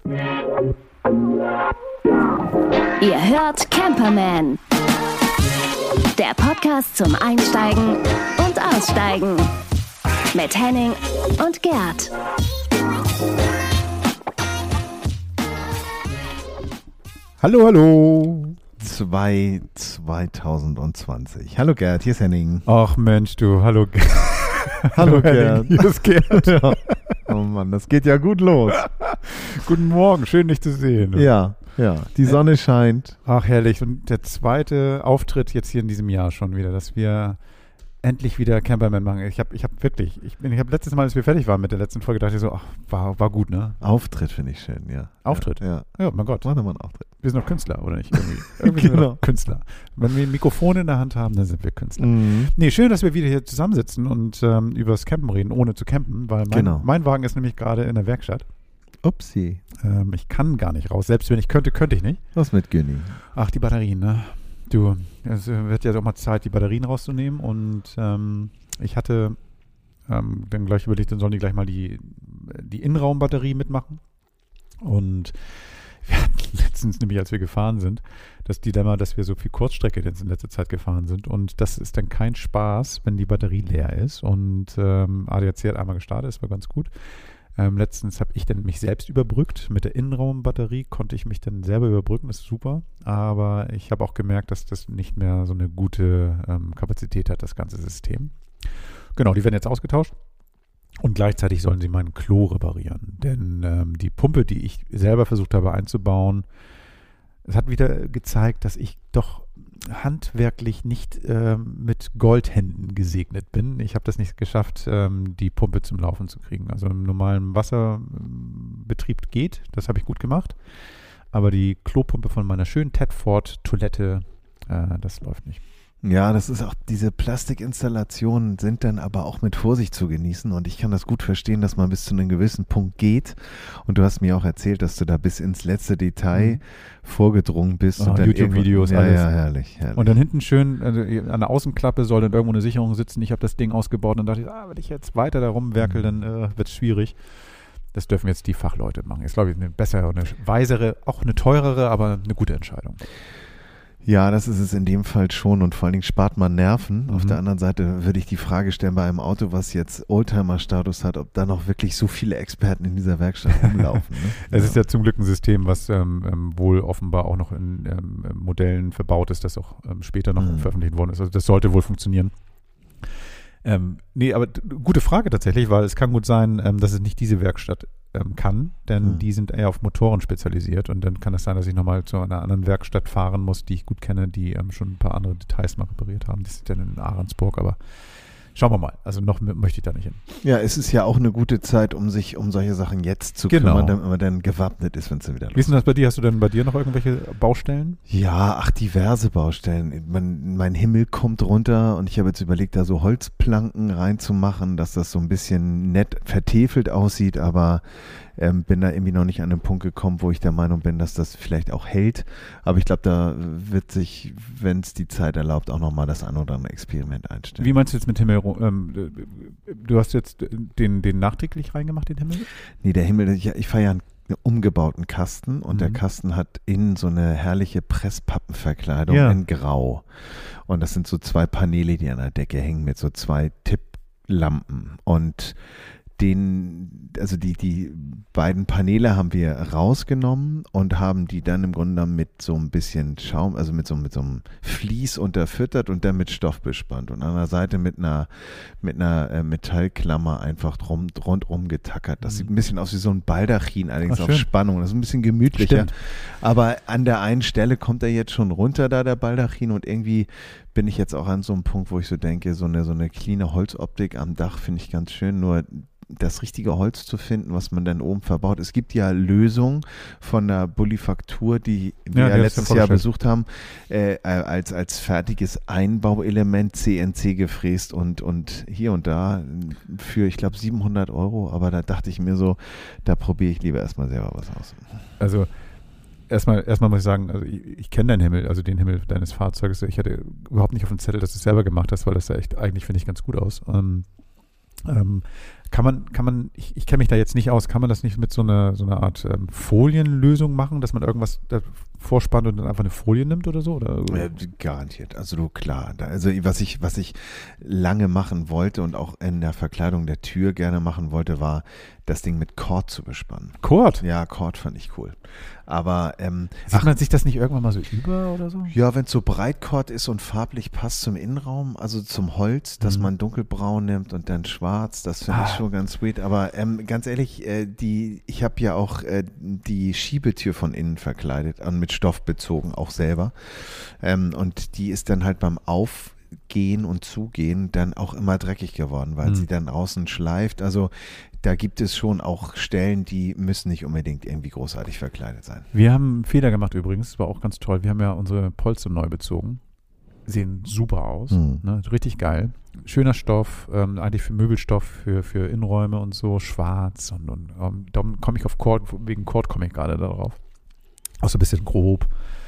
Ihr hört Camperman, der Podcast zum Einsteigen und Aussteigen mit Henning und Gerd. Hallo, hallo. 2020. Hallo Gerd, hier ist Henning. Ach Mensch, du, hallo Gerd. Hallo Gerd. Hier ist Gerd. Ja. Oh Mann, das geht ja gut los. Guten Morgen, schön dich zu sehen. Ja, die Sonne scheint. Ach herrlich, und der zweite Auftritt jetzt hier in diesem Jahr schon wieder, dass wir endlich wieder Camperman machen. Ich habe letztes Mal, als wir fertig waren mit der letzten Folge, dachte ich so, ach, war gut, ne? Auftritt finde ich schön, ja. Auftritt? Ja, mein Gott. Mach doch mal einen Auftritt. Wir sind doch Künstler, oder nicht? Irgendwie sind wir doch Künstler. Wenn wir ein Mikrofon in der Hand haben, dann sind wir Künstler. Mhm. Nee, schön, dass wir wieder hier zusammensitzen und über das Campen reden, ohne zu campen, weil mein Wagen ist nämlich gerade in der Werkstatt. Upsi. Ich kann gar nicht raus. Selbst wenn ich könnte ich nicht. Was mit Günni? Ach, die Batterien, ne? Du, es wird ja doch mal Zeit, die Batterien rauszunehmen, und ich hatte dann gleich überlegt, dann sollen die gleich mal die Innenraumbatterie mitmachen. Und wir hatten letztens nämlich, als wir gefahren sind, das Dilemma, dass wir so viel Kurzstrecke jetzt in letzter Zeit gefahren sind, und das ist dann kein Spaß, wenn die Batterie leer ist, und ADAC hat einmal gestartet, das war ganz gut. Letztens habe ich dann mich selbst überbrückt. Mit der Innenraumbatterie konnte ich mich dann selber überbrücken, das ist super. Aber ich habe auch gemerkt, dass das nicht mehr so eine gute Kapazität hat, das ganze System. Genau, die werden jetzt ausgetauscht. Und gleichzeitig sollen sie mein Klo reparieren. Denn die Pumpe, die ich selber versucht habe einzubauen, es hat wieder gezeigt, dass ich doch handwerklich nicht mit Goldhänden gesegnet bin. Ich habe das nicht geschafft, die Pumpe zum Laufen zu kriegen. Also im normalen Wasserbetrieb geht, das habe ich gut gemacht. Aber die Klopumpe von meiner schönen Tedford-Toilette, das läuft nicht. Ja, das ist auch, diese Plastikinstallationen sind dann aber auch mit Vorsicht zu genießen, und ich kann das gut verstehen, dass man bis zu einem gewissen Punkt geht, und du hast mir auch erzählt, dass du da bis ins letzte Detail vorgedrungen bist. Und dann YouTube-Videos, alles. Ja, herrlich. Und dann hinten schön, also an der Außenklappe soll dann irgendwo eine Sicherung sitzen. Ich habe das Ding ausgebaut und dachte, wenn ich jetzt weiter da rumwerkel, dann wird es schwierig. Das dürfen jetzt die Fachleute machen. Ist, glaube ich, eine bessere, eine weisere, auch eine teurere, aber eine gute Entscheidung. Ja, das ist es in dem Fall schon, und vor allen Dingen spart man Nerven. Auf der anderen Seite würde ich die Frage stellen, bei einem Auto, was jetzt Oldtimer-Status hat, ob da noch wirklich so viele Experten in dieser Werkstatt rumlaufen. Ne? Es ist ja zum Glück ein System, was wohl offenbar auch noch in Modellen verbaut ist, das auch später noch veröffentlicht worden ist. Also das sollte wohl funktionieren. Nee, aber gute Frage tatsächlich, weil es kann gut sein, dass es nicht diese Werkstatt kann, denn die sind eher auf Motoren spezialisiert, und dann kann es sein, dass ich nochmal zu einer anderen Werkstatt fahren muss, die ich gut kenne, die schon ein paar andere Details mal repariert haben. Die sind dann in Ahrensburg, aber schauen wir mal. Also noch möchte ich da nicht hin. Ja, es ist ja auch eine gute Zeit, um sich um solche Sachen jetzt zu kümmern, damit man dann gewappnet ist, wenn es dann wieder losgeht. Wie ist denn das bei dir? Hast du denn bei dir noch irgendwelche Baustellen? Ja, diverse Baustellen. Mein Himmel kommt runter, und ich habe jetzt überlegt, da so Holzplanken reinzumachen, dass das so ein bisschen nett vertefelt aussieht, aber bin da irgendwie noch nicht an den Punkt gekommen, wo ich der Meinung bin, dass das vielleicht auch hält. Aber ich glaube, da wird sich, wenn es die Zeit erlaubt, auch nochmal das ein oder andere Experiment einstellen. Wie meinst du jetzt mit Himmel? Du hast jetzt den nachträglich reingemacht, den Himmel? Nee, der Himmel, ich fahre ja einen umgebauten Kasten, und der Kasten hat innen so eine herrliche Presspappenverkleidung in Grau. Und das sind so 2 Paneele, die an der Decke hängen mit so 2 Tipplampen. Und die beiden Paneele haben wir rausgenommen und haben die dann im Grunde genommen mit so ein bisschen Schaum, also mit so einem Vlies unterfüttert und dann mit Stoff bespannt, und an der Seite mit einer Metallklammer einfach rundrum getackert. Das sieht ein bisschen aus wie so ein Baldachin, allerdings auf Spannung. Das ist ein bisschen gemütlicher. Stimmt. Aber an der einen Stelle kommt er jetzt schon runter, da der Baldachin, und irgendwie bin ich jetzt auch an so einem Punkt, wo ich so denke, so eine cleane Holzoptik am Dach finde ich ganz schön, nur das richtige Holz zu finden, was man dann oben verbaut. Es gibt ja Lösungen von der Bullifaktur, die wir letztes Jahr besucht haben, als fertiges Einbauelement CNC gefräst und hier und da für, ich glaube, 700 €. Aber da dachte ich mir so, da probiere ich lieber erstmal selber was aus. Also erstmal muss ich sagen, also ich kenne deinen Himmel, also den Himmel deines Fahrzeuges. Ich hatte überhaupt nicht auf dem Zettel, dass du es selber gemacht hast, weil das sah echt eigentlich, finde ich, ganz gut aus. Kann man, ich kenne mich da jetzt nicht aus, kann man das nicht mit so einer Art Folienlösung machen, dass man irgendwas da vorspannt und dann einfach eine Folie nimmt oder so? Oder? Garantiert. Also klar. Also was ich lange machen wollte und auch in der Verkleidung der Tür gerne machen wollte, war das Ding mit Cord zu bespannen. Cord? Ja, Cord fand ich cool. Aber sieht man sich das nicht irgendwann mal so über oder so? Ja, wenn es so Breitcord ist und farblich passt zum Innenraum, also zum Holz, dass man dunkelbraun nimmt und dann schwarz, das finde ich schon ganz sweet. Aber ganz ehrlich, ich habe ja auch die Schiebetür von innen verkleidet und mit Stoff bezogen, auch selber. Und die ist dann halt beim Aufgehen und Zugehen dann auch immer dreckig geworden, weil sie dann außen schleift. Also da gibt es schon auch Stellen, die müssen nicht unbedingt irgendwie großartig verkleidet sein. Wir haben einen Fehler gemacht übrigens, das war auch ganz toll. Wir haben ja unsere Polster neu bezogen. Sehen super aus, ne? Richtig geil. Schöner Stoff, eigentlich für Möbelstoff, für Innenräume und so, schwarz. Und da komme ich auf Cord, wegen Cord komme ich gerade darauf. Auch so ein bisschen grob.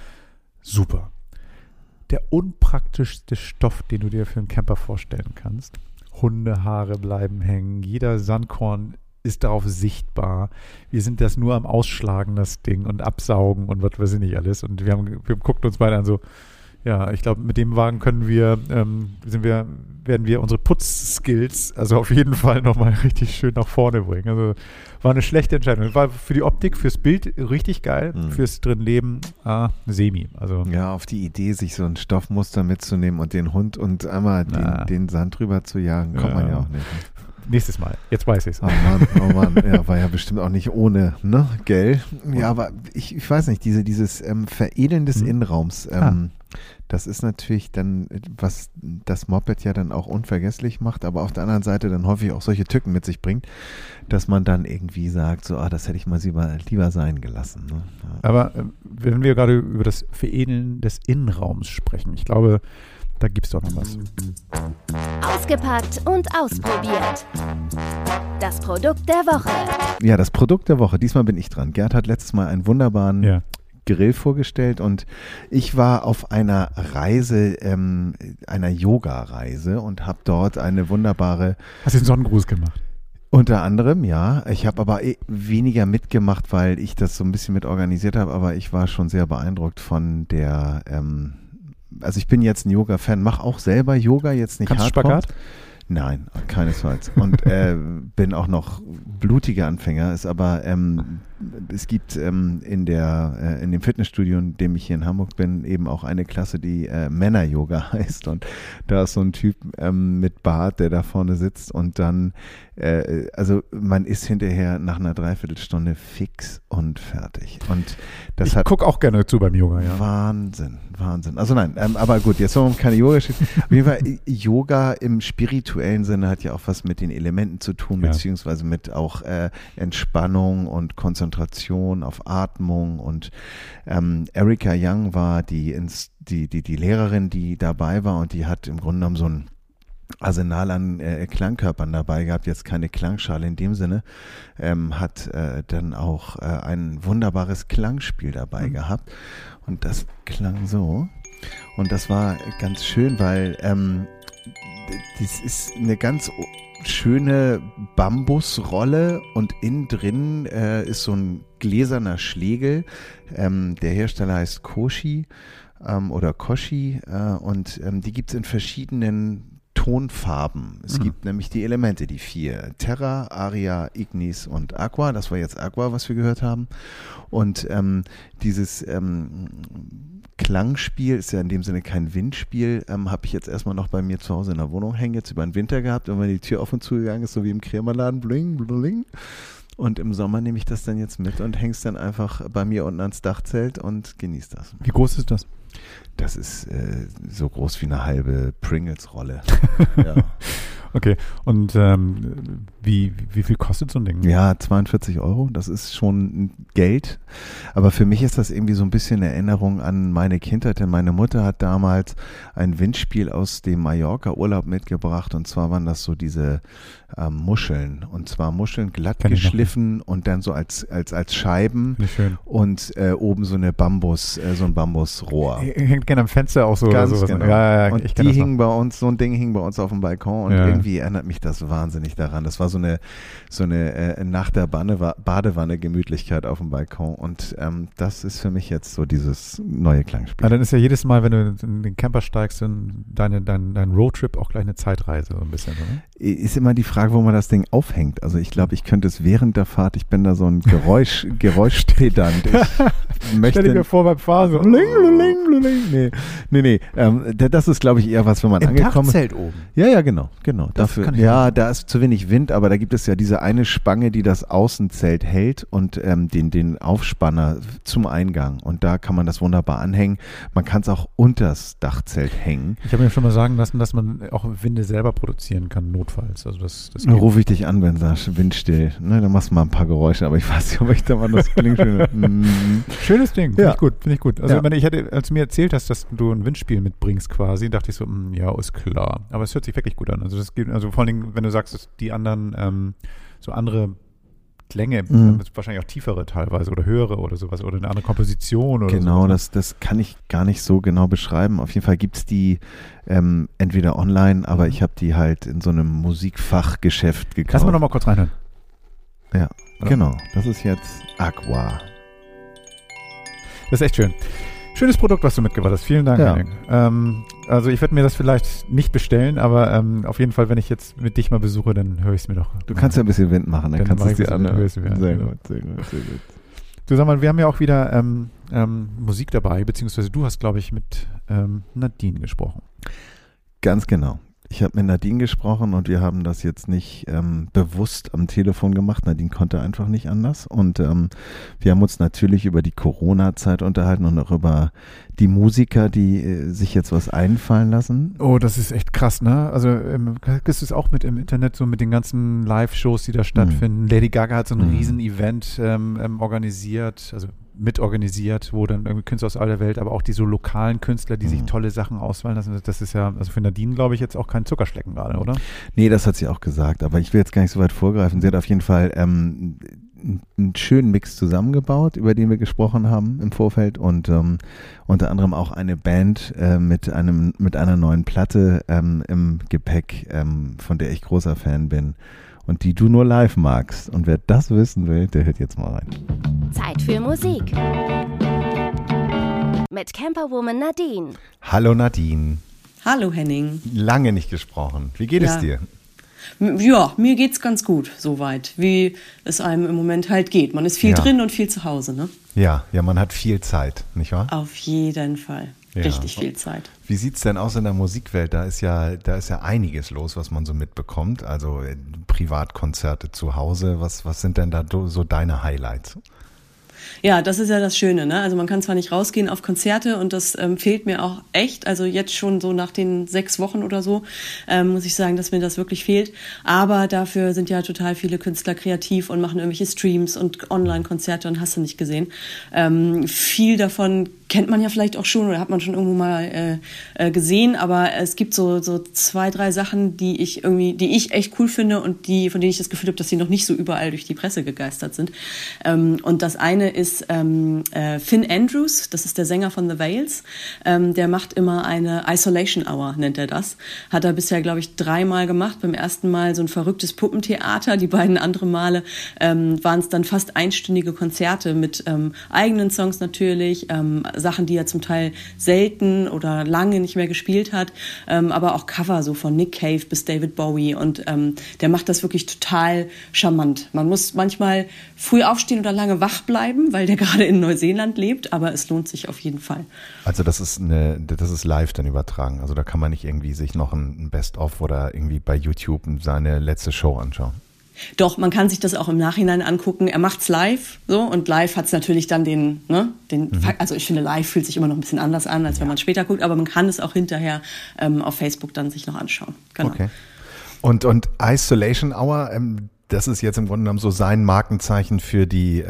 Super. Der unpraktischste Stoff, den du dir für einen Camper vorstellen kannst. Hundehaare bleiben hängen, jeder Sandkorn ist darauf sichtbar. Wir sind das nur am Ausschlagen, das Ding, und absaugen und was weiß ich nicht alles. Und wir guckten uns beide an so, ja, ich glaube, mit dem Wagen werden wir unsere Putzskills also auf jeden Fall nochmal richtig schön nach vorne bringen. Also war eine schlechte Entscheidung. War für die Optik, fürs Bild richtig geil, fürs Drinleben semi. Also ja, auf die Idee, sich so ein Stoffmuster mitzunehmen und den Hund und einmal den Sand drüber zu jagen, kommt man ja auch nicht. Nächstes Mal. Jetzt weiß ich es. Oh Mann. Ja, war ja bestimmt auch nicht ohne, ne, gell? Ja, aber ich weiß nicht, dieses Veredeln des Innenraums, das ist natürlich dann, was das Moped ja dann auch unvergesslich macht, aber auf der anderen Seite dann häufig auch solche Tücken mit sich bringt, dass man dann irgendwie sagt, so, das hätte ich mal lieber sein gelassen. Ne? Ja. Aber wenn wir gerade über das Veredeln des Innenraums sprechen, ich glaube, da gibt es doch noch was. Ausgepackt und ausprobiert. Das Produkt der Woche. Ja, das Produkt der Woche. Diesmal bin ich dran. Gerd hat letztes Mal einen wunderbaren Grill vorgestellt und ich war auf einer Reise, einer Yoga-Reise und habe dort eine wunderbare... Hast du den Sonnengruß gemacht? Unter anderem, ja. Ich habe aber weniger mitgemacht, weil ich das so ein bisschen mit organisiert habe, aber ich war schon sehr beeindruckt von der... Also ich bin jetzt ein Yoga-Fan, mache auch selber Yoga, jetzt nicht Kannst Hardcore. Spagat? Nein, keinesfalls. Und bin auch noch blutiger Anfänger, ist aber es gibt in dem Fitnessstudio, in dem ich hier in Hamburg bin, eben auch eine Klasse, die Männer-Yoga heißt. Und da ist so ein Typ mit Bart, der da vorne sitzt und dann, also man ist hinterher nach einer Dreiviertelstunde fix und fertig. Und das ich gucke auch gerne zu beim Yoga, ja. Wahnsinn. Also nein, aber gut, jetzt wollen wir keine Yoga-Geschichte. Auf jeden Fall, Yoga im spirituellen Sinne hat ja auch was mit den Elementen zu tun, beziehungsweise mit auch Entspannung und Konzentration auf Atmung. Und Erica Young war die Lehrerin, die dabei war, und die hat im Grunde genommen so ein Arsenal an Klangkörpern dabei gehabt, jetzt keine Klangschale in dem Sinne, hat dann auch ein wunderbares Klangspiel dabei gehabt und das klang so und das war ganz schön, weil das ist eine ganz schöne Bambusrolle und innen drin ist so ein gläserner Schlegel, der Hersteller heißt Koshi oder Koshi und die gibt es in verschiedenen Tonfarben. Es gibt nämlich die Elemente, die 4. Terra, Aria, Ignis und Aqua. Das war jetzt Aqua, was wir gehört haben. Und dieses Klangspiel ist ja in dem Sinne kein Windspiel, habe ich jetzt erstmal noch bei mir zu Hause in der Wohnung hängen, jetzt über den Winter gehabt. Und wenn die Tür auf und zu gegangen ist, so wie im Krämerladen, bling, bling. Und im Sommer nehme ich das dann jetzt mit und hänge es dann einfach bei mir unten ans Dachzelt und genieße das. Wie groß ist das? Das ist so groß wie eine halbe Pringles-Rolle. Ja. Okay, und wie viel kostet so ein Ding? Ja, 42 €, das ist schon Geld, aber für mich ist das irgendwie so ein bisschen Erinnerung an meine Kindheit, denn meine Mutter hat damals ein Windspiel aus dem Mallorca-Urlaub mitgebracht und zwar waren das so diese Muscheln, und zwar Muscheln glatt geschliffen und dann so als Scheiben und oben so ein Bambusrohr. Hängt gerne am Fenster auch so. Ganz oder sowas. Genau. Ja, und die hingen bei uns, so ein Ding hing bei uns auf dem Balkon und irgendwie irgendwie erinnert mich das wahnsinnig daran. Das war so eine nach der Badewanne Gemütlichkeit auf dem Balkon und das ist für mich jetzt so dieses neue Klangspiel. Ja, dann ist ja jedes Mal, wenn du in den Camper steigst, dein Roadtrip auch gleich eine Zeitreise so ein bisschen, oder? Ist immer die Frage, wo man das Ding aufhängt. Also ich glaube, ich könnte es während der Fahrt, ich bin da so ein Geräuschpedant. Ich möchte Stell dir mir vor beim Fahren so. Nee. Das ist, glaube ich, eher was, wenn man angekommen ist. Im Dachzelt oben. Ja, genau. Dafür, da ist zu wenig Wind, aber da gibt es ja diese eine Spange, die das Außenzelt hält und den Aufspanner zum Eingang. Und da kann man das wunderbar anhängen. Man kann es auch unters Dachzelt hängen. Ich habe mir schon mal sagen lassen, dass man auch Winde selber produzieren kann, notfalls. Also das Dann rufe ich dich an, wenn es windstill. Ne, dann machst du mal ein paar Geräusche, aber ich weiß nicht, ob ich da mal das klingt. Schönes Ding, finde ich gut. Also Ja. als du mir erzählt hast, dass du ein Windspiel mitbringst quasi, dachte ich so, ja, ist klar. Aber es hört sich wirklich gut an. Also das geht, also vor allen Dingen, wenn du sagst, dass die anderen so andere Klänge, wahrscheinlich auch tiefere teilweise oder höhere oder sowas oder eine andere Komposition oder Genau, sowas. das kann ich gar nicht so genau beschreiben. Auf jeden Fall gibt es die entweder online, aber ich habe die halt in so einem Musikfachgeschäft gekauft. Lass mal noch mal kurz reinhören. Ja, Oder? genau. Das ist jetzt Aqua. Das ist echt schön. Schönes Produkt, was du mitgebracht hast. Vielen Dank, Ja. Henning. Also ich werde mir das vielleicht nicht bestellen, aber auf jeden Fall, wenn ich jetzt mit dich mal besuche, dann höre ich es mir doch. Du kannst ja ein bisschen Wind machen, dann Dann kannst mach du es ich dir ein bisschen anhören. Wind, Sehr genau. gut, sehr gut, sehr gut. Du, sag mal, wir haben ja auch wieder Musik dabei, beziehungsweise du hast, glaube ich, mit Nadine gesprochen. Ganz genau. Ich habe mit Nadine gesprochen und wir haben das jetzt nicht bewusst am Telefon gemacht. Nadine konnte einfach nicht anders. Und wir haben uns natürlich über die Corona-Zeit unterhalten und auch über die Musiker, die sich jetzt was einfallen lassen. Oh, das ist echt krass, ne? Also kriegst du es auch mit im Internet, so mit den ganzen Live-Shows, die da stattfinden. Lady Gaga hat so ein Riesen-Event organisiert, also mitorganisiert, wo dann irgendwie Künstler aus aller Welt, aber auch die so lokalen Künstler, die sich tolle Sachen auswählen lassen. Das ist ja, also für Nadine, glaube ich, jetzt auch kein Zuckerschlecken gerade, oder? Nee, das hat sie auch gesagt, aber ich will jetzt gar nicht so weit vorgreifen. Sie hat auf jeden Fall einen schönen Mix zusammengebaut, über den wir gesprochen haben im Vorfeld und unter anderem auch eine Band mit einer neuen Platte im Gepäck, von der ich großer Fan bin und die du nur live magst. Und wer das wissen will, der hört jetzt mal rein. Zeit für Musik. Mit Camperwoman Nadine. Hallo Nadine. Hallo Henning. Lange nicht gesprochen. Wie geht es dir? Ja, mir geht's ganz gut, soweit, wie es einem im Moment halt geht. Man ist viel drin und viel zu Hause, ne? Ja, man hat viel Zeit, nicht wahr? Auf jeden Fall. Ja. Richtig viel Zeit. Wie sieht es denn aus in der Musikwelt? Da ist ja einiges los, was man so mitbekommt. Also Privatkonzerte zu Hause. Was sind denn da so deine Highlights? Ja, das ist ja das Schöne, ne? Also man kann zwar nicht rausgehen auf Konzerte und das fehlt mir auch echt. Also jetzt schon so nach den 6 Wochen oder so muss ich sagen, dass mir das wirklich fehlt. Aber dafür sind ja total viele Künstler kreativ und machen irgendwelche Streams und Online-Konzerte und hast du nicht gesehen. Viel davon kennt man ja vielleicht auch schon oder hat man schon irgendwo mal gesehen, aber es gibt so 2, 3 Sachen, die ich echt cool finde und von denen ich das Gefühl habe, dass sie noch nicht so überall durch die Presse gegeistert sind. Und das eine ist Finn Andrews, das ist der Sänger von The Veils. Der macht immer eine Isolation Hour, nennt er das. Hat er bisher, glaube ich, 3-mal gemacht. Beim ersten Mal so ein verrücktes Puppentheater, die beiden anderen Male waren es dann fast einstündige Konzerte mit eigenen Songs natürlich, Sachen, die er zum Teil selten oder lange nicht mehr gespielt hat, aber auch Cover so von Nick Cave bis David Bowie und der macht das wirklich total charmant. Man muss manchmal früh aufstehen oder lange wach bleiben, weil der gerade in Neuseeland lebt, aber es lohnt sich auf jeden Fall. Also das ist live dann übertragen. Also da kann man nicht irgendwie sich noch ein Best-of oder irgendwie bei YouTube seine letzte Show anschauen. Doch, man kann sich das auch im Nachhinein angucken. Er macht's live, so, und live hat's natürlich dann also ich finde, live fühlt sich immer noch ein bisschen anders an, als wenn man später guckt, aber man kann es auch hinterher auf Facebook dann sich noch anschauen. Genau. Okay. Und Isolation Hour, das ist jetzt im Grunde genommen so sein Markenzeichen für die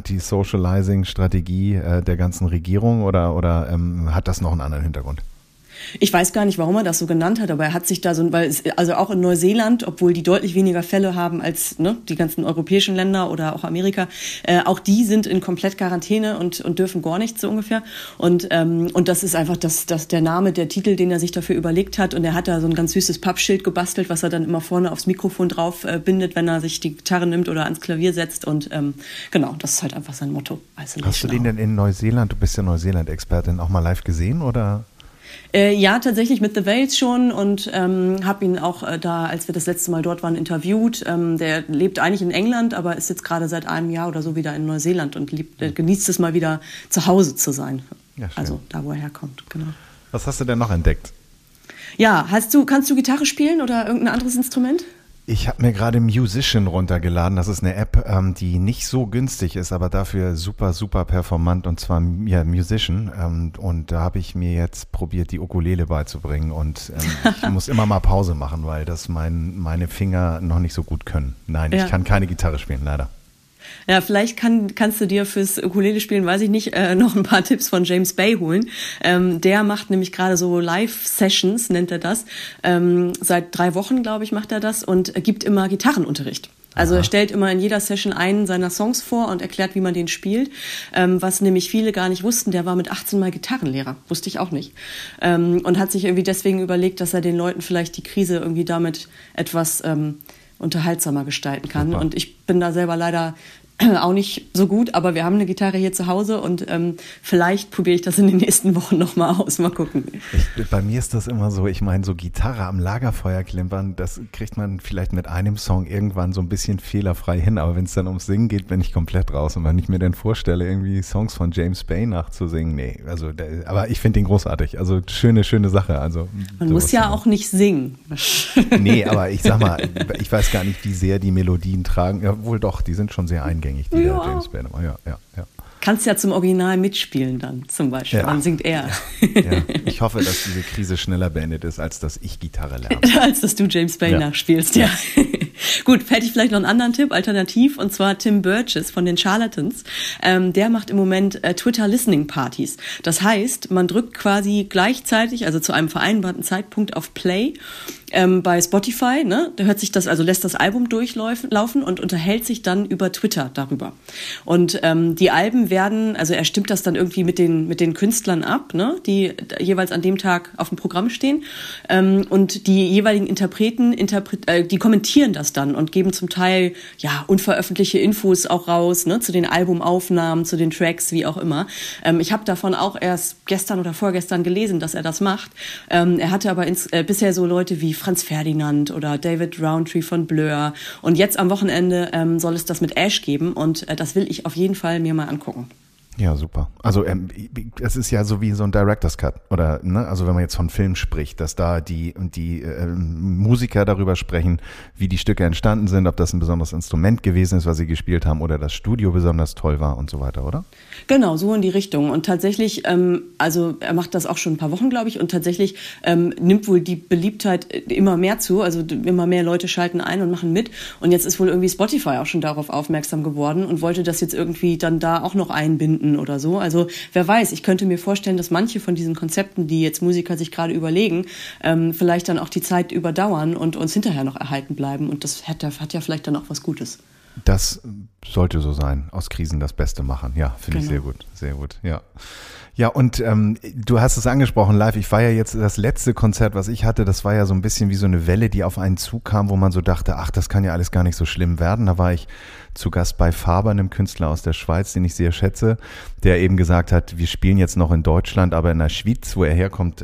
Anti-Socializing-Strategie der ganzen Regierung oder hat das noch einen anderen Hintergrund? Ich weiß gar nicht, warum er das so genannt hat, aber er hat sich da also auch in Neuseeland, obwohl die deutlich weniger Fälle haben als die ganzen europäischen Länder oder auch Amerika, auch die sind in komplett Quarantäne und dürfen gar nichts so ungefähr. Und das ist einfach der Name, der Titel, den er sich dafür überlegt hat. Und er hat da so ein ganz süßes Pappschild gebastelt, was er dann immer vorne aufs Mikrofon drauf bindet, wenn er sich die Gitarre nimmt oder ans Klavier setzt. Und genau, das ist halt einfach sein Motto. Hast du den denn in Neuseeland, du bist ja Neuseeland-Expertin, auch mal live gesehen, oder? Ja, tatsächlich mit The Veils schon und habe ihn auch da, als wir das letzte Mal dort waren, interviewt. Der lebt eigentlich in England, aber ist jetzt gerade seit einem Jahr oder so wieder in Neuseeland und genießt es mal wieder zu Hause zu sein. Ja, schön. Also da, wo er herkommt, genau. Was hast du denn noch entdeckt? Ja, kannst du Gitarre spielen oder irgendein anderes Instrument? Ich habe mir gerade Musician runtergeladen. Das ist eine App, die nicht so günstig ist, aber dafür super, super performant, und zwar Musician. Und da habe ich mir jetzt probiert, die Ukulele beizubringen, und ich muss immer mal Pause machen, weil das meine Finger noch nicht so gut können. Nein, ich kann keine Gitarre spielen, leider. Ja, vielleicht kannst du dir fürs Ukulele spielen, weiß ich nicht, noch ein paar Tipps von James Bay holen. Der macht nämlich gerade so Live-Sessions, nennt er das. Seit 3 Wochen, glaube ich, macht er das und gibt immer Gitarrenunterricht. Also er stellt immer in jeder Session einen seiner Songs vor und erklärt, wie man den spielt. Was nämlich viele gar nicht wussten, der war mit 18 Mal Gitarrenlehrer. Wusste ich auch nicht. Und hat sich irgendwie deswegen überlegt, dass er den Leuten vielleicht die Krise irgendwie damit etwas unterhaltsamer gestalten kann. Super. Und ich bin da selber leider auch nicht so gut, aber wir haben eine Gitarre hier zu Hause und vielleicht probiere ich das in den nächsten Wochen nochmal aus. Mal gucken. Bei mir ist das immer so, ich meine, so Gitarre am Lagerfeuer klimpern, das kriegt man vielleicht mit einem Song irgendwann so ein bisschen fehlerfrei hin, aber wenn es dann ums Singen geht, bin ich komplett raus. Und wenn ich mir dann vorstelle, irgendwie Songs von James Bay nachzusingen, nee, also aber ich finde den großartig, also schöne Sache. Also man muss ja auch nicht singen. Nee, aber ich sag mal, ich weiß gar nicht, wie sehr die Melodien tragen, ja wohl doch, die sind schon sehr eingängig. Die James Bay. Ja. Kannst ja zum Original mitspielen dann zum Beispiel. Dann singt er. Ja. Ich hoffe, dass diese Krise schneller beendet ist, als dass ich Gitarre lerne. Als dass du James Bay nachspielst, ja. Gut, hätte ich vielleicht noch einen anderen Tipp, alternativ, und zwar Tim Burgess von den Charlatans. Der macht im Moment Twitter-Listening-Partys. Das heißt, man drückt quasi gleichzeitig, also zu einem vereinbarten Zeitpunkt auf Play bei Spotify, ne? Da hört sich das, also lässt das Album durchlaufen und unterhält sich dann über Twitter darüber. Und die Alben werden, also er stimmt das dann irgendwie mit den Künstlern ab, ne? Die jeweils an dem Tag auf dem Programm stehen. Und die jeweiligen Interpreten, die kommentieren das dann und geben zum Teil unveröffentlichte Infos auch raus, ne? Zu den Albumaufnahmen, zu den Tracks, wie auch immer. Ich habe davon auch erst gestern oder vorgestern gelesen, dass er das macht. Er hatte aber bisher so Leute wie Franz Ferdinand oder David Rowntree von Blur. Und jetzt am Wochenende soll es das mit Ash geben und das will ich auf jeden Fall mir mal angucken. Ja, super. Also es ist ja so wie so ein Director's Cut, oder, ne? Also wenn man jetzt von Film spricht, dass da die Musiker darüber sprechen, wie die Stücke entstanden sind, ob das ein besonderes Instrument gewesen ist, was sie gespielt haben, oder das Studio besonders toll war und so weiter, oder? Genau, so in die Richtung. Und tatsächlich, also er macht das auch schon ein paar Wochen, glaube ich, und tatsächlich nimmt wohl die Beliebtheit immer mehr zu. Also immer mehr Leute schalten ein und machen mit. Und jetzt ist wohl irgendwie Spotify auch schon darauf aufmerksam geworden und wollte das jetzt irgendwie dann da auch noch einbinden oder so. Also wer weiß, ich könnte mir vorstellen, dass manche von diesen Konzepten, die jetzt Musiker sich gerade überlegen, vielleicht dann auch die Zeit überdauern und uns hinterher noch erhalten bleiben. Und das hat ja vielleicht dann auch was Gutes. Das sollte so sein. Aus Krisen das Beste machen. Ja, finde ich sehr gut. Sehr gut, ja. Ja, und du hast es angesprochen live. Ich war ja jetzt, das letzte Konzert, was ich hatte, das war ja so ein bisschen wie so eine Welle, die auf einen zukam, wo man so dachte, ach, das kann ja alles gar nicht so schlimm werden. Da war ich zu Gast bei Faber, einem Künstler aus der Schweiz, den ich sehr schätze, der eben gesagt hat, wir spielen jetzt noch in Deutschland, aber in der Schweiz, wo er herkommt,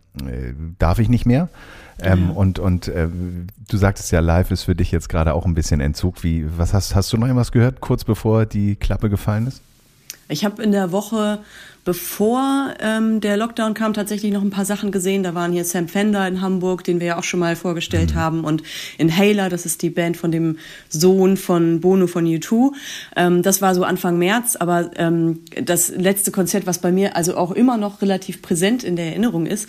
darf ich nicht mehr. Und du sagtest ja, live ist für dich jetzt gerade auch ein bisschen Entzug. Was hast du noch irgendwas gehört, kurz bevor die Klappe gefallen ist? Ich habe in der Woche, bevor der Lockdown kam, tatsächlich noch ein paar Sachen gesehen. Da waren hier Sam Fender in Hamburg, den wir ja auch schon mal vorgestellt haben, und Inhaler, das ist die Band von dem Sohn von Bono von U2. Das war so Anfang März, aber das letzte Konzert, was bei mir also auch immer noch relativ präsent in der Erinnerung ist,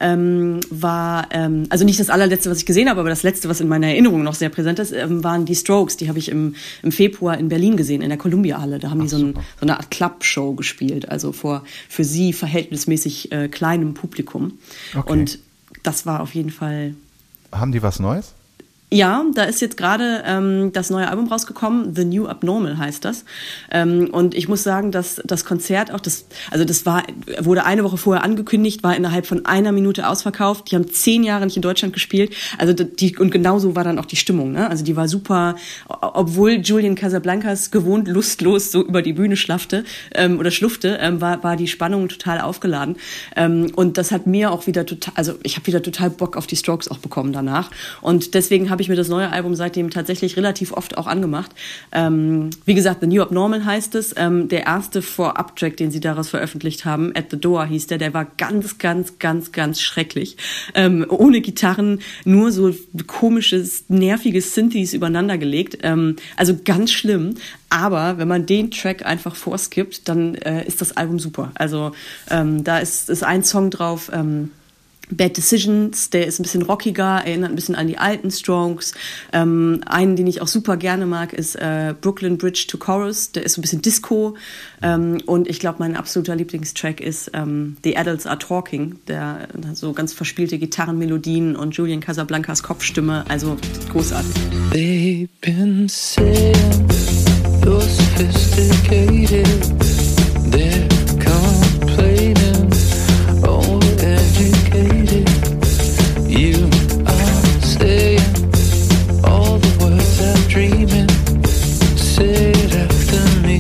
war, also nicht das allerletzte, was ich gesehen habe, aber das letzte, was in meiner Erinnerung noch sehr präsent ist, waren die Strokes. Die habe ich im Februar in Berlin gesehen, in der Columbia Halle. Da haben die so eine Art Club-Show gespielt, also vor für sie verhältnismäßig kleinem Publikum. Okay. Und das war auf jeden Fall... Haben die was Neues? Ja, da ist jetzt gerade das neue Album rausgekommen, The New Abnormal heißt das. Und ich muss sagen, dass das Konzert auch, wurde eine Woche vorher angekündigt, war innerhalb von 1 Minute ausverkauft. Die haben 10 Jahre nicht in Deutschland gespielt. Und genauso war dann auch die Stimmung. Ne? Also die war super, obwohl Julian Casablancas gewohnt lustlos so über die Bühne schlufte, war die Spannung total aufgeladen. Und das hat mir auch wieder ich habe wieder total Bock auf die Strokes auch bekommen danach. Und deswegen habe ich mir das neue Album seitdem tatsächlich relativ oft auch angemacht. Wie gesagt, The New Abnormal heißt es. Der erste Vorab-Track, den sie daraus veröffentlicht haben, At the Door hieß der war ganz, ganz, ganz, ganz schrecklich. Ohne Gitarren, nur so komisches, nerviges Synthes übereinander gelegt. Also ganz schlimm. Aber wenn man den Track einfach vorskippt, dann ist das Album super. Also da ist ein Song drauf, Bad Decisions, der ist ein bisschen rockiger, erinnert ein bisschen an die alten Strokes. Einen, den ich auch super gerne mag, ist Brooklyn Bridge to Chorus, der ist so ein bisschen Disco. Und ich glaube, mein absoluter Lieblingstrack ist The Adults Are Talking, der so ganz verspielte Gitarrenmelodien und Julian Casablancas Kopfstimme, also großartig. They've been saying you're sophisticated, they're complaining, overeducated. You are saying all the words I'm dreaming. Say it after me.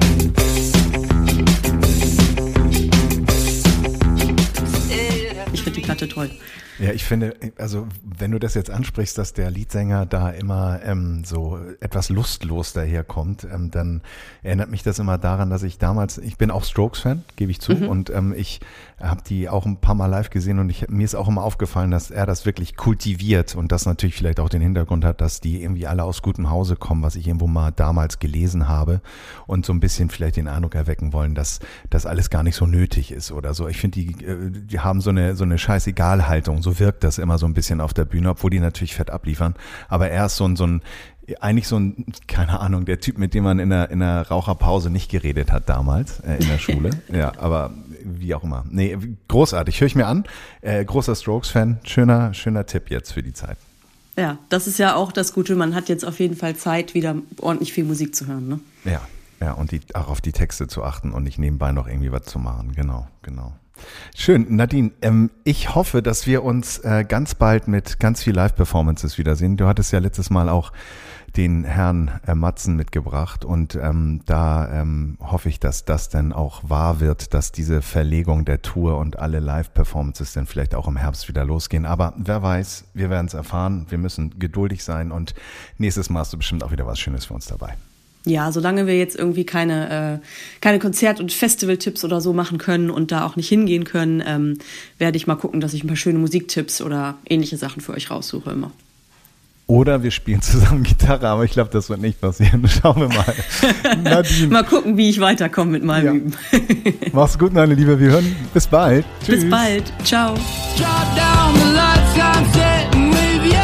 Ich finde die Platte toll. Ja, ich finde, also wenn du das jetzt ansprichst, dass der Leadsänger da immer so etwas lustlos daherkommt, dann erinnert mich das immer daran, dass ich bin auch Strokes-Fan, gebe ich zu, und ich habe die auch ein paar Mal live gesehen und mir ist auch immer aufgefallen, dass er das wirklich kultiviert und das natürlich vielleicht auch den Hintergrund hat, dass die irgendwie alle aus gutem Hause kommen, was ich irgendwo mal damals gelesen habe und so ein bisschen vielleicht den Eindruck erwecken wollen, dass das alles gar nicht so nötig ist oder so. Ich finde, die haben so eine Scheißegal-Haltung. So wirkt das immer so ein bisschen auf der Bühne, obwohl die natürlich fett abliefern. Aber er ist eigentlich so ein, keine Ahnung, der Typ, mit dem man in der Raucherpause nicht geredet hat damals, in der Schule. Ja, aber wie auch immer. Nee, großartig. Höre ich mir an. Großer Strokes-Fan. Schöner Tipp jetzt für die Zeit. Ja, das ist ja auch das Gute. Man hat jetzt auf jeden Fall Zeit, wieder ordentlich viel Musik zu hören, ne? Ja, und auch auf die Texte zu achten und nicht nebenbei noch irgendwie was zu machen. Genau. Schön, Nadine, ich hoffe, dass wir uns ganz bald mit ganz viel Live-Performances wiedersehen. Du hattest ja letztes Mal auch den Herrn Matzen mitgebracht und da hoffe ich, dass das dann auch wahr wird, dass diese Verlegung der Tour und alle Live-Performances dann vielleicht auch im Herbst wieder losgehen. Aber wer weiß, wir werden es erfahren, wir müssen geduldig sein und nächstes Mal hast du bestimmt auch wieder was Schönes für uns dabei. Ja, solange wir jetzt irgendwie keine Konzert- und Festival-Tipps oder so machen können und da auch nicht hingehen können, werde ich mal gucken, dass ich ein paar schöne Musiktipps oder ähnliche Sachen für euch raussuche immer. Oder wir spielen zusammen Gitarre, aber ich glaube, das wird nicht passieren. Schauen wir mal. Nadine. Mal gucken, wie ich weiterkomme mit meinem Üben. Mach's gut, meine Liebe. Wir hören. Bis bald. Tschüss. Bis bald. Ciao. Drop down the lights, I'm sitting with you.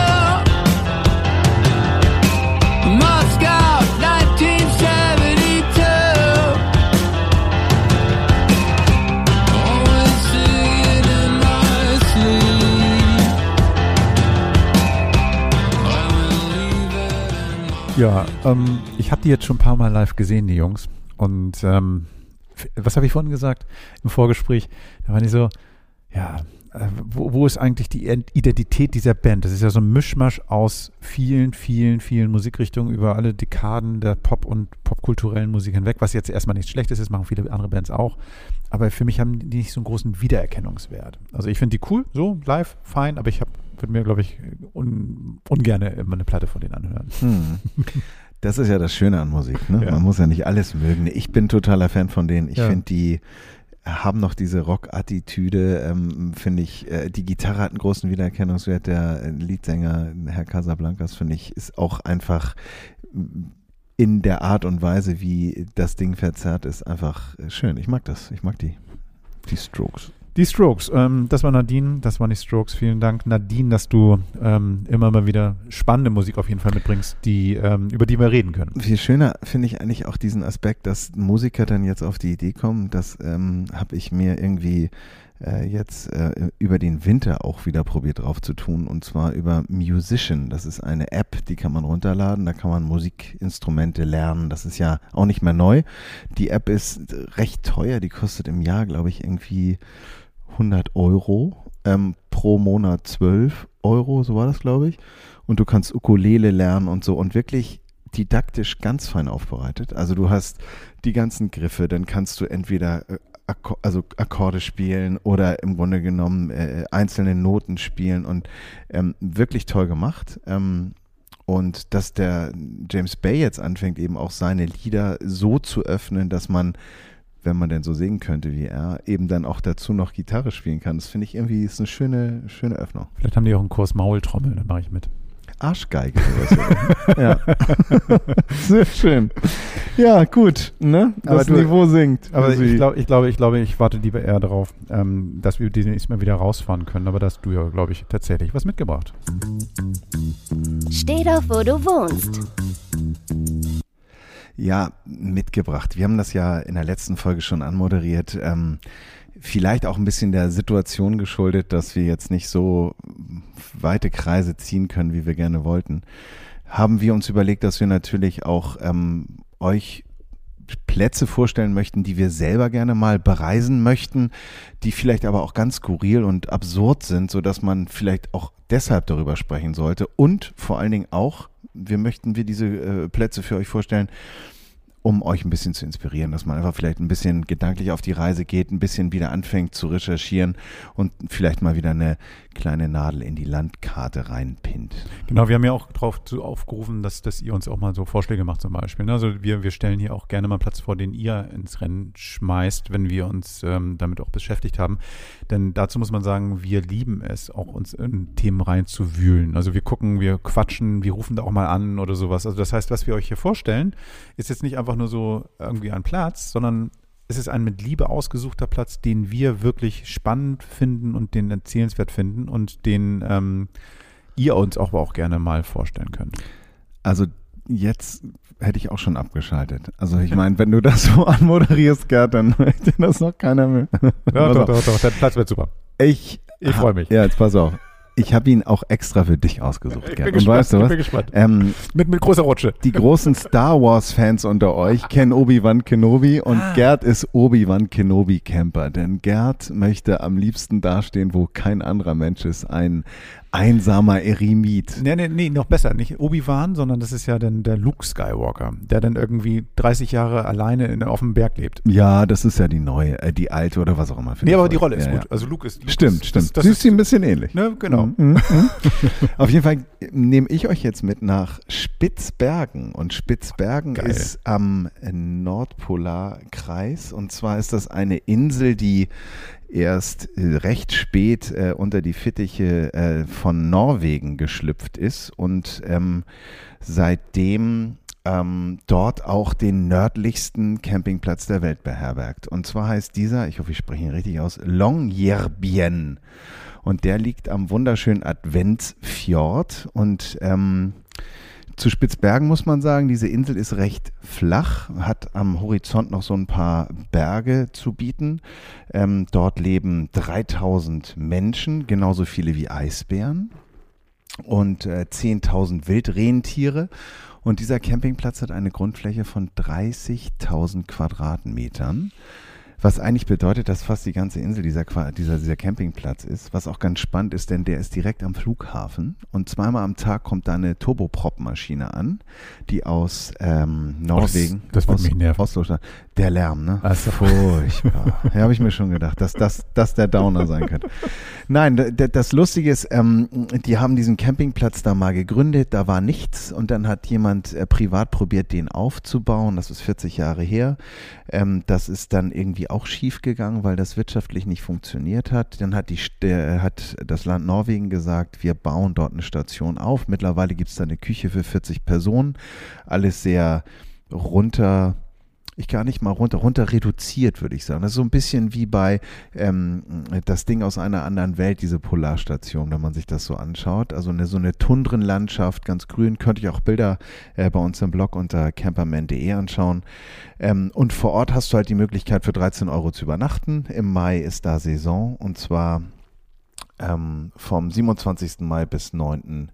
Moscow, 1972. Always singing in my sleep. I will leave it in Ja, ich habe die jetzt schon ein paar Mal live gesehen, die Jungs. Und was habe ich vorhin gesagt im Vorgespräch? Da war ich so, ja, wo ist eigentlich die Identität dieser Band? Das ist ja so ein Mischmasch aus vielen, vielen, vielen Musikrichtungen über alle Dekaden der Pop- und popkulturellen Musik hinweg, was jetzt erstmal nichts Schlechtes ist, machen viele andere Bands auch. Aber für mich haben die nicht so einen großen Wiedererkennungswert. Also ich finde die cool, so live, fein, aber würde mir, glaube ich, ungerne immer eine Platte von denen anhören. Das ist ja das Schöne an Musik, ne? Ja. Man muss ja nicht alles mögen. Ich bin totaler Fan von denen. Ich finde, die haben noch diese Rock-Attitüde, finde ich. Die Gitarre hat einen großen Wiedererkennungswert. Der Leadsänger, Herr Casablancas, finde ich, ist auch einfach in der Art und Weise, wie das Ding verzerrt ist, einfach schön. Ich mag das. Ich mag die Strokes. Die Strokes, das war Nadine, das waren die Strokes. Vielen Dank, Nadine, dass du immer mal wieder spannende Musik auf jeden Fall mitbringst, über die wir reden können. Viel schöner finde ich eigentlich auch diesen Aspekt, dass Musiker dann jetzt auf die Idee kommen. Das habe ich mir irgendwie jetzt über den Winter auch wieder probiert drauf zu tun, und zwar über Musician. Das ist eine App, die kann man runterladen, da kann man Musikinstrumente lernen. Das ist ja auch nicht mehr neu. Die App ist recht teuer, die kostet im Jahr, glaube ich, irgendwie 100 Euro, pro Monat 12 Euro, so war das, glaube ich. Und du kannst Ukulele lernen und so, und wirklich didaktisch ganz fein aufbereitet. Also du hast die ganzen Griffe, dann kannst du entweder Akkorde spielen oder im Grunde genommen einzelne Noten spielen, und wirklich toll gemacht. Und dass der James Bay jetzt anfängt, eben auch seine Lieder so zu öffnen, dass man, wenn man denn so singen könnte wie er, eben dann auch dazu noch Gitarre spielen kann. Das finde ich irgendwie, ist eine schöne Öffnung. Vielleicht haben die auch einen Kurs Maultrommel, dann mache ich mit. Arschgeige sowas. Ja. Sehr schön. Ja, gut, ne? Das Niveau sinkt. Aber ich glaube, ich warte lieber eher darauf, dass wir demnächst mal wieder rausfahren können. Aber da hast du ja, glaube ich, tatsächlich was mitgebracht. Steh doch, wo du wohnst. Ja, mitgebracht. Wir haben das ja in der letzten Folge schon anmoderiert. Vielleicht auch ein bisschen der Situation geschuldet, dass wir jetzt nicht so weite Kreise ziehen können, wie wir gerne wollten. Haben wir uns überlegt, dass wir natürlich auch euch Plätze vorstellen möchten, die wir selber gerne mal bereisen möchten, die vielleicht aber auch ganz skurril und absurd sind, sodass man vielleicht auch deshalb darüber sprechen sollte. Und vor allen Dingen auch, möchten diese Plätze für euch vorstellen, um euch ein bisschen zu inspirieren, dass man einfach vielleicht ein bisschen gedanklich auf die Reise geht, ein bisschen wieder anfängt zu recherchieren und vielleicht mal wieder eine kleine Nadel in die Landkarte reinpinnt. Genau, wir haben ja auch darauf aufgerufen, dass ihr uns auch mal so Vorschläge macht zum Beispiel. Also wir stellen hier auch gerne mal Platz vor, den ihr ins Rennen schmeißt, wenn wir uns damit auch beschäftigt haben. Denn dazu muss man sagen, wir lieben es, auch uns in Themen reinzuwühlen. Also wir gucken, wir quatschen, wir rufen da auch mal an oder sowas. Also das heißt, was wir euch hier vorstellen, ist jetzt nicht einfach nur so irgendwie ein Platz, sondern es ist ein mit Liebe ausgesuchter Platz, den wir wirklich spannend finden und den erzählenswert finden und den ihr uns auch gerne mal vorstellen könnt. Also jetzt hätte ich auch schon abgeschaltet. Also ich meine, wenn du das so anmoderierst, Gerd, dann möchte das noch keiner mehr. Ja, doch, der Platz wird super. Ich freue mich. Ja, jetzt pass auf. Ich habe ihn auch extra für dich ausgesucht, Gerd. Und weißt du was? Ich bin gespannt. Mit großer Rutsche. Die großen Star Wars-Fans unter euch kennen Obi-Wan Kenobi, und Gerd ist Obi-Wan Kenobi-Camper. Denn Gerd möchte am liebsten dastehen, wo kein anderer Mensch ist. Ein einsamer Eremit. Nee, noch besser. Nicht Obi-Wan, sondern das ist ja dann der Luke Skywalker, der dann irgendwie 30 Jahre alleine auf dem Berg lebt. Ja, das ist ja die neue, die alte oder was auch immer. Nee, aber die Rolle ist gut. Also Luke Stimmt. Das ist ein bisschen ähnlich. Ne, genau. Auf jeden Fall nehme ich euch jetzt mit nach Spitzbergen. Und Spitzbergen ist am Nordpolarkreis. Und zwar ist das eine Insel, die erst recht spät unter die Fittiche von Norwegen geschlüpft ist und seitdem dort auch den nördlichsten Campingplatz der Welt beherbergt. Und zwar heißt dieser, ich hoffe, ich spreche ihn richtig aus, Longyearbyen. Und der liegt am wunderschönen Adventsfjord. Und zu Spitzbergen muss man sagen, diese Insel ist recht flach, hat am Horizont noch so ein paar Berge zu bieten. Dort leben 3000 Menschen, genauso viele wie Eisbären, und 10.000 Wildrentiere. Und dieser Campingplatz hat eine Grundfläche von 30.000 Quadratmetern. Was eigentlich bedeutet, dass fast die ganze Insel dieser Campingplatz ist, was auch ganz spannend ist, denn der ist direkt am Flughafen, und zweimal am Tag kommt da eine Turboprop-Maschine an, die aus Norwegen, das wird mich nerven. Oslo, der Lärm, ne? Also furchtbar. Ja, habe ich mir schon gedacht, dass das der Downer sein könnte. Nein, das Lustige ist, die haben diesen Campingplatz da mal gegründet, da war nichts, und dann hat jemand privat probiert, den aufzubauen, das ist 40 Jahre her. Das ist dann irgendwie auch schief gegangen, weil das wirtschaftlich nicht funktioniert hat. Dann hat das Land Norwegen gesagt, wir bauen dort eine Station auf. Mittlerweile gibt es da eine Küche für 40 Personen. Alles sehr runter gar nicht mal runter reduziert, würde ich sagen. Das ist so ein bisschen wie bei das Ding aus einer anderen Welt, diese Polarstation, wenn man sich das so anschaut. Also so eine Tundrenlandschaft, ganz grün. Könnte ich auch Bilder bei uns im Blog unter camperman.de anschauen. Und vor Ort hast du halt die Möglichkeit für 13 € zu übernachten. Im Mai ist da Saison und zwar vom 27. Mai bis 9.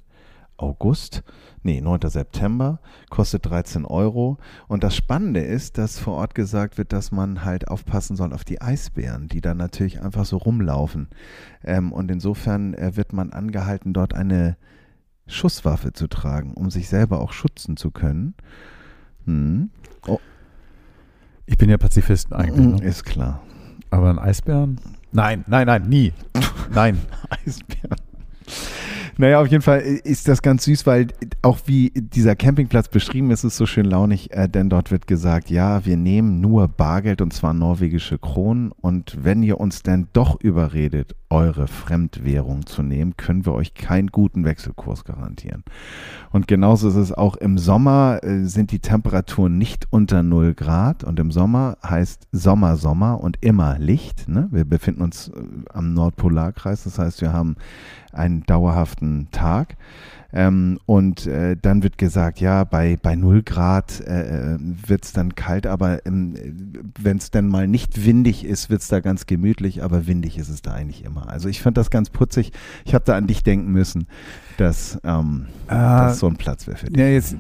September, kostet 13 €. Und das Spannende ist, dass vor Ort gesagt wird, dass man halt aufpassen soll auf die Eisbären, die da natürlich einfach so rumlaufen. Und insofern wird man angehalten, dort eine Schusswaffe zu tragen, um sich selber auch schützen zu können. Oh. Ich bin ja Pazifist eigentlich. Ne? Ist klar. Aber ein Eisbären? Nein, nie. Nein. Eisbären. Naja, auf jeden Fall ist das ganz süß, weil auch wie dieser Campingplatz beschrieben ist, ist so schön launig, denn dort wird gesagt, ja, wir nehmen nur Bargeld und zwar norwegische Kronen und wenn ihr uns denn doch überredet, eure Fremdwährung zu nehmen, können wir euch keinen guten Wechselkurs garantieren. Und genauso ist es auch im Sommer, sind die Temperaturen nicht unter 0 Grad und im Sommer heißt Sommer und immer Licht. Ne? Wir befinden uns am Nordpolarkreis, das heißt, wir haben einen dauerhaften Tag. Und dann wird gesagt, ja, bei 0 Grad wird es dann kalt, aber wenn es dann mal nicht windig ist, wird es da ganz gemütlich, aber windig ist es da eigentlich immer. Also ich fand das ganz putzig. Ich habe da an dich denken müssen, dass das so ein Platz wäre für dich. Ja, jetzt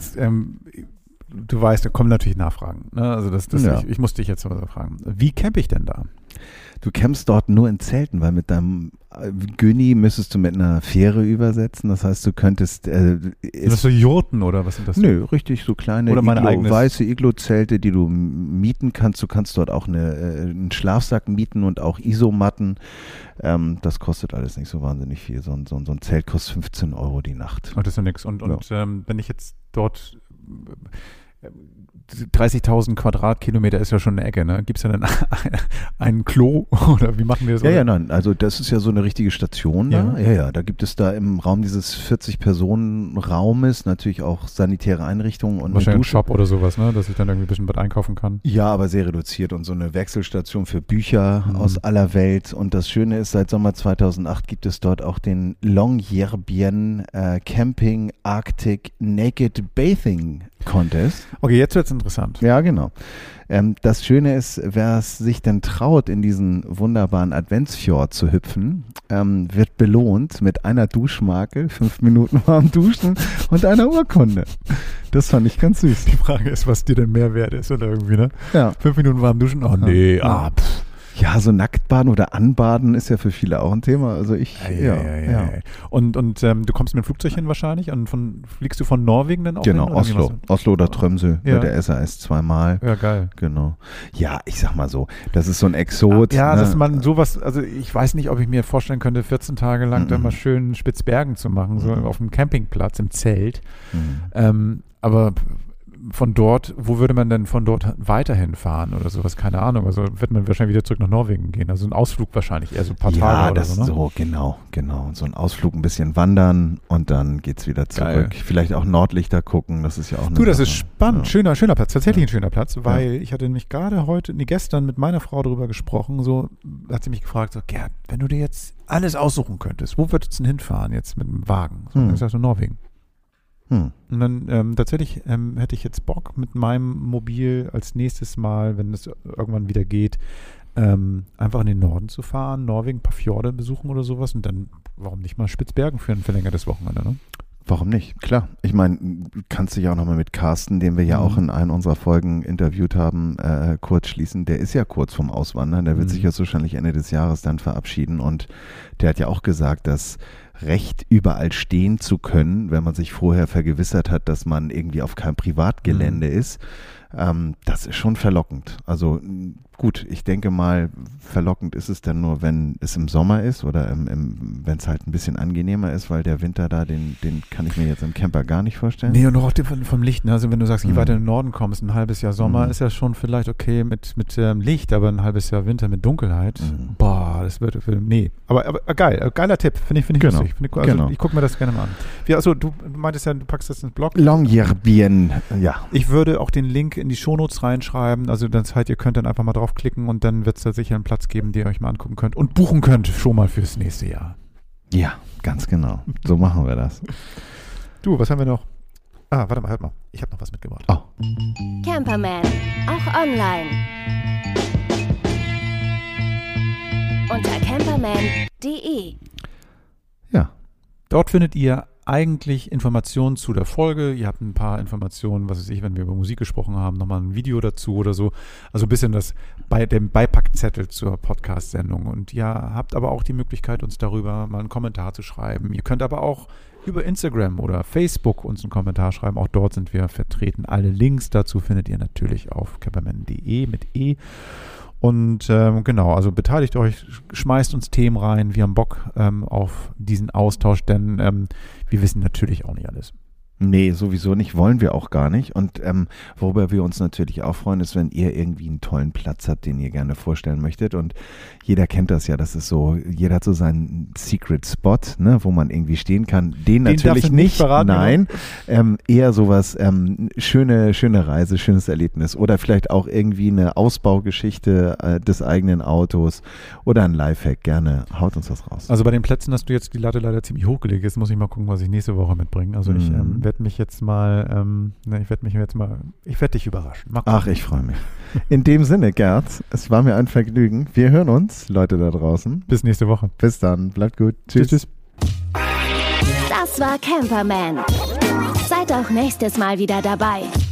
du weißt, da kommen natürlich Nachfragen. Ne? Also ich muss dich jetzt mal fragen. Wie campe ich denn da? Du campst dort nur in Zelten, weil mit deinem Günni müsstest du mit einer Fähre übersetzen. Das heißt, du könntest... Sind das so Jurten oder was sind das? Nö, richtig so kleine weiße Iglo-Zelte, die du mieten kannst. Du kannst dort auch einen Schlafsack mieten und auch Isomatten. Das kostet alles nicht so wahnsinnig viel. So ein Zelt kostet 15 € die Nacht. Oh, das ist ja nichts. Und wenn ich jetzt dort... 30.000 Quadratkilometer ist ja schon eine Ecke, ne? Gibt es ja dann ein Klo oder wie machen wir das? Ja, nein, also das ist ja so eine richtige Station da. Ja, da gibt es da im Raum dieses 40-Personen-Raumes natürlich auch sanitäre Einrichtungen und wahrscheinlich einen Shop oder sowas, ne? Dass ich dann irgendwie ein bisschen was einkaufen kann. Ja, aber sehr reduziert und so eine Wechselstation für Bücher aus aller Welt. Und das Schöne ist, seit Sommer 2008 gibt es dort auch den Longyearbyen Camping Arctic Naked Bathing Contest. Okay, jetzt wird's interessant. Ja, genau. Das Schöne ist, wer es sich denn traut, in diesen wunderbaren Adventsfjord zu hüpfen, wird belohnt mit einer Duschmarke, 5 Minuten warm duschen und einer Urkunde. Das fand ich ganz süß. Die Frage ist, was dir denn mehr wert ist oder irgendwie, ne? Ja. 5 Minuten warm duschen? Oh nee, Ja, so Nacktbaden oder Anbaden ist ja für viele auch ein Thema. Also ja. Und du kommst mit dem Flugzeug hin wahrscheinlich und fliegst du von Norwegen dann auch genau, hin? Genau, Oslo oder Tromsø mit der SAS zweimal. Ja, geil. Genau. Ja, ich sag mal so, das ist so ein Exot. Ja, dass man sowas, also ich weiß nicht, ob ich mir vorstellen könnte, 14 Tage lang dann mal schön Spitzbergen zu machen, so auf dem Campingplatz im Zelt. Aber von dort, wo würde man denn von dort weiterhin fahren oder sowas? Keine Ahnung. Also wird man wahrscheinlich wieder zurück nach Norwegen gehen. Also ein Ausflug wahrscheinlich, eher so ein paar Tage oder so, ne? So, genau. So ein Ausflug, ein bisschen wandern und dann geht's wieder zurück. Geil. Vielleicht auch Nordlichter gucken, das ist ja auch eine das Sache. Ist spannend. Ja. Schöner Platz, tatsächlich ein schöner Platz, weil ich hatte nämlich gerade gestern mit meiner Frau darüber gesprochen, so hat sie mich gefragt, so, Gerd, wenn du dir jetzt alles aussuchen könntest, wo würdest du denn hinfahren jetzt mit dem Wagen? So, ich sag so, Norwegen. Und dann tatsächlich hätte ich jetzt Bock mit meinem Mobil als nächstes Mal, wenn es irgendwann wieder geht, einfach in den Norden zu fahren, Norwegen, ein paar Fjorde besuchen oder sowas und dann, warum nicht mal Spitzbergen für ein verlängertes Wochenende, ne? Warum nicht? Klar. Ich meine, kannst dich auch nochmal mit Carsten, den wir ja auch in einer unserer Folgen interviewt haben, kurz schließen. Der ist ja kurz vorm Auswandern. Der wird sich jetzt wahrscheinlich Ende des Jahres dann verabschieden. Und der hat ja auch gesagt, das Recht, überall stehen zu können, wenn man sich vorher vergewissert hat, dass man irgendwie auf keinem Privatgelände ist, das ist schon verlockend. Also gut, ich denke mal, verlockend ist es dann nur, wenn es im Sommer ist oder wenn es halt ein bisschen angenehmer ist, weil der Winter da, den kann ich mir jetzt im Camper gar nicht vorstellen. Nee, und auch vom Licht. Ne? Also wenn du sagst, je weiter in den Norden kommst, ein halbes Jahr Sommer ist ja schon vielleicht okay mit Licht, aber ein halbes Jahr Winter mit Dunkelheit, das wird nee. Aber geil, geiler Tipp, finde ich Genau, lustig. Ich gucke mir das gerne mal an. Also du meintest ja, du packst das ins Blog. Longyearbyen, ja. Ich würde auch den Link in die Shownotes reinschreiben, also das heißt, ihr könnt dann einfach mal draufklicken und dann wird es da sicher einen Platz geben, den ihr euch mal angucken könnt und buchen könnt schon mal fürs nächste Jahr. Ja, ganz genau. So machen wir das. Du, was haben wir noch? Warte mal, halt mal. Ich habe noch was mitgebracht. Oh. Camperman, auch online. Unter camperman.de. Ja. Dort findet ihr eigentlich Informationen zu der Folge. Ihr habt ein paar Informationen, was weiß ich, wenn wir über Musik gesprochen haben, nochmal ein Video dazu oder so. Also ein bisschen den Beipackzettel zur Podcast-Sendung. Und ihr habt aber auch die Möglichkeit, uns darüber mal einen Kommentar zu schreiben. Ihr könnt aber auch über Instagram oder Facebook uns einen Kommentar schreiben. Auch dort sind wir vertreten. Alle Links dazu findet ihr natürlich auf camperman.de mit E. Und genau, also beteiligt euch, schmeißt uns Themen rein. Wir haben Bock auf diesen Austausch, denn wir wissen natürlich auch nicht alles. Nee, sowieso nicht, wollen wir auch gar nicht. Und worüber wir uns natürlich auch freuen, ist, wenn ihr irgendwie einen tollen Platz habt, den ihr gerne vorstellen möchtet. Und jeder kennt das ja, das ist so, jeder hat so seinen Secret Spot, ne, wo man irgendwie stehen kann. Den natürlich nicht verraten, nein. Eher sowas, schöne Reise, schönes Erlebnis. Oder vielleicht auch irgendwie eine Ausbaugeschichte des eigenen Autos oder ein Lifehack. Gerne, haut uns was raus. Also bei den Plätzen hast du jetzt die Latte leider ziemlich hochgelegt. Jetzt muss ich mal gucken, was ich nächste Woche mitbringe. Also ich werde mich jetzt mal, ich werde dich überraschen. Ach, ich freue mich. In dem Sinne, Gerd, es war mir ein Vergnügen. Wir hören uns, Leute da draußen. Bis nächste Woche. Bis dann, bleibt gut. Tschüss. Tschüss. Das war Camperman. Seid auch nächstes Mal wieder dabei.